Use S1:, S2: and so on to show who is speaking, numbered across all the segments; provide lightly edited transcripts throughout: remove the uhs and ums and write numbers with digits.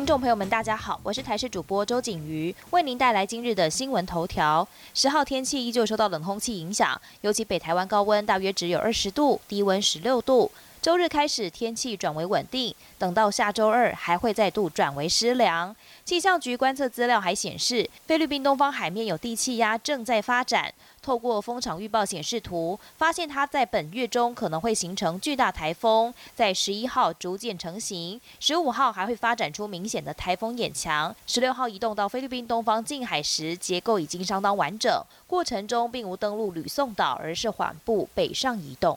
S1: 众朋友们，大家好，我是台视主播周景瑜，为您带来今日的新闻头条。10号天气依旧受到冷空气影响，尤其北台湾高温大约只有20度，低温16度。周日开始天气转为稳定，等到下周二还会再度转为湿凉。气象局观测资料还显示，菲律宾东方海面有低气压正在发展。透过风场预报显示图，发现它在本月中可能会形成巨大台风，在11号逐渐成型，15号还会发展出明显的台风眼墙，16号移动到菲律宾东方近海时，结构已经相当完整，过程中并无登陆吕宋岛，而是缓步北上移动。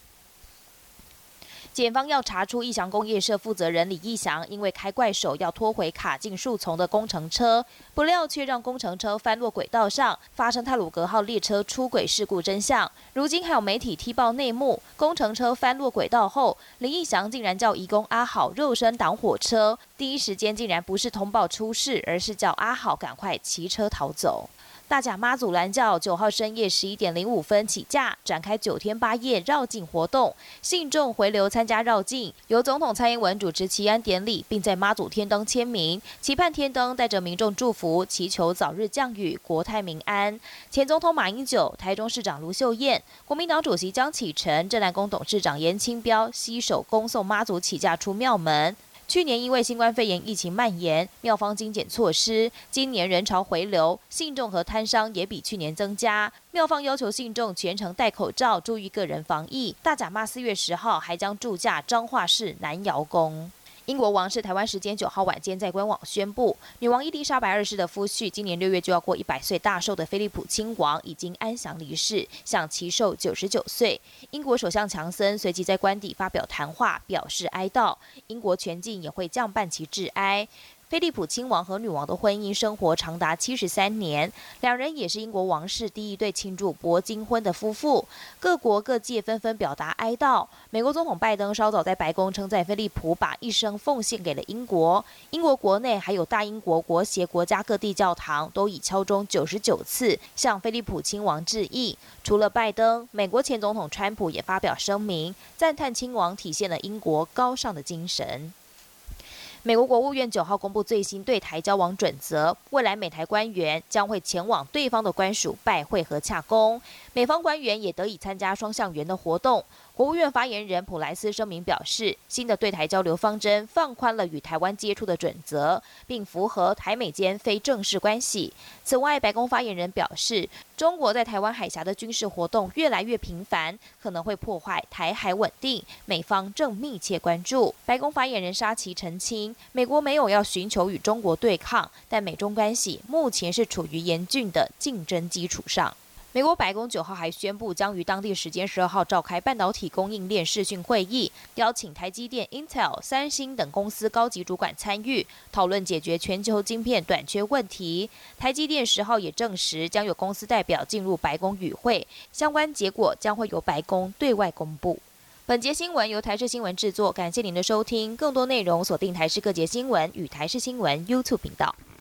S1: 检方要查出义祥工业社负责人李义祥因为开怪手要拖回卡进树丛的工程车，不料却让工程车翻落轨道上，发生太鲁阁号列车出轨事故真相。如今还有媒体踢爆内幕，工程车翻落轨道后，李义祥竟然叫移工阿好肉身挡火车，第一时间竟然不是通报出事，而是叫阿好赶快骑车逃走。大甲妈祖銮轿9号深夜11点05分起驾，展开9天8夜绕境活动，信众回流参加绕境，由总统蔡英文主持祈安典礼，并在妈祖天灯签名，期盼天灯带着民众祝福，祈求早日降雨，国泰民安。前总统马英九、台中市长卢秀燕、国民党主席江启臣、镇南宫董事长严清标携手恭送妈祖起驾出庙门。去年因为新冠肺炎疫情蔓延，庙方精简措施，今年人潮回流，信众和摊商也比去年增加。庙方要求信众全程戴口罩，注意个人防疫。大甲妈4月10号还将驻驾彰化市南瑶宫。英国王室台湾时间9号晚间在官网宣布，女王伊丽莎白2世的夫婿，今年6月就要过100岁大寿的菲利普亲王已经安详离世，享其寿99岁。英国首相强森随即在官邸发表谈话，表示哀悼，英国全境也会降半旗致哀。菲利普亲王和女王的婚姻生活长达73年，两人也是英国王室第一对庆祝铂金婚的夫妇。各国各界纷纷表达哀悼。美国总统拜登稍早在白宫称赞菲利普把一生奉献给了英国。英国国内还有大英国国协国家各地教堂都已敲钟99次向菲利普亲王致意。除了拜登，美国前总统川普也发表声明，赞叹亲王体现了英国高尚的精神。美国国务院9号公布最新对台交往准则，未来美台官员将会前往对方的官署拜会和洽公，美方官员也得以参加双向圆的活动。国务院发言人普莱斯声明表示，新的对台交流方针放宽了与台湾接触的准则，并符合台美间非正式关系。此外，白宫发言人表示，中国在台湾海峡的军事活动越来越频繁，可能会破坏台海稳定，美方正密切关注。白宫发言人沙奇澄清，美国没有要寻求与中国对抗，但美中关系目前是处于严峻的竞争基础上。美国白宫9号还宣布，将于当地时间12号召开半导体供应链视讯会议，邀请台积电、Intel、三星等公司高级主管参与，讨论解决全球晶片短缺问题。台积电10号也证实，将有公司代表进入白宫与会，相关结果将会由白宫对外公布。本节新闻由台视新闻制作，感谢您的收听。更多内容锁定台视各节新闻与台视新闻 YouTube 频道。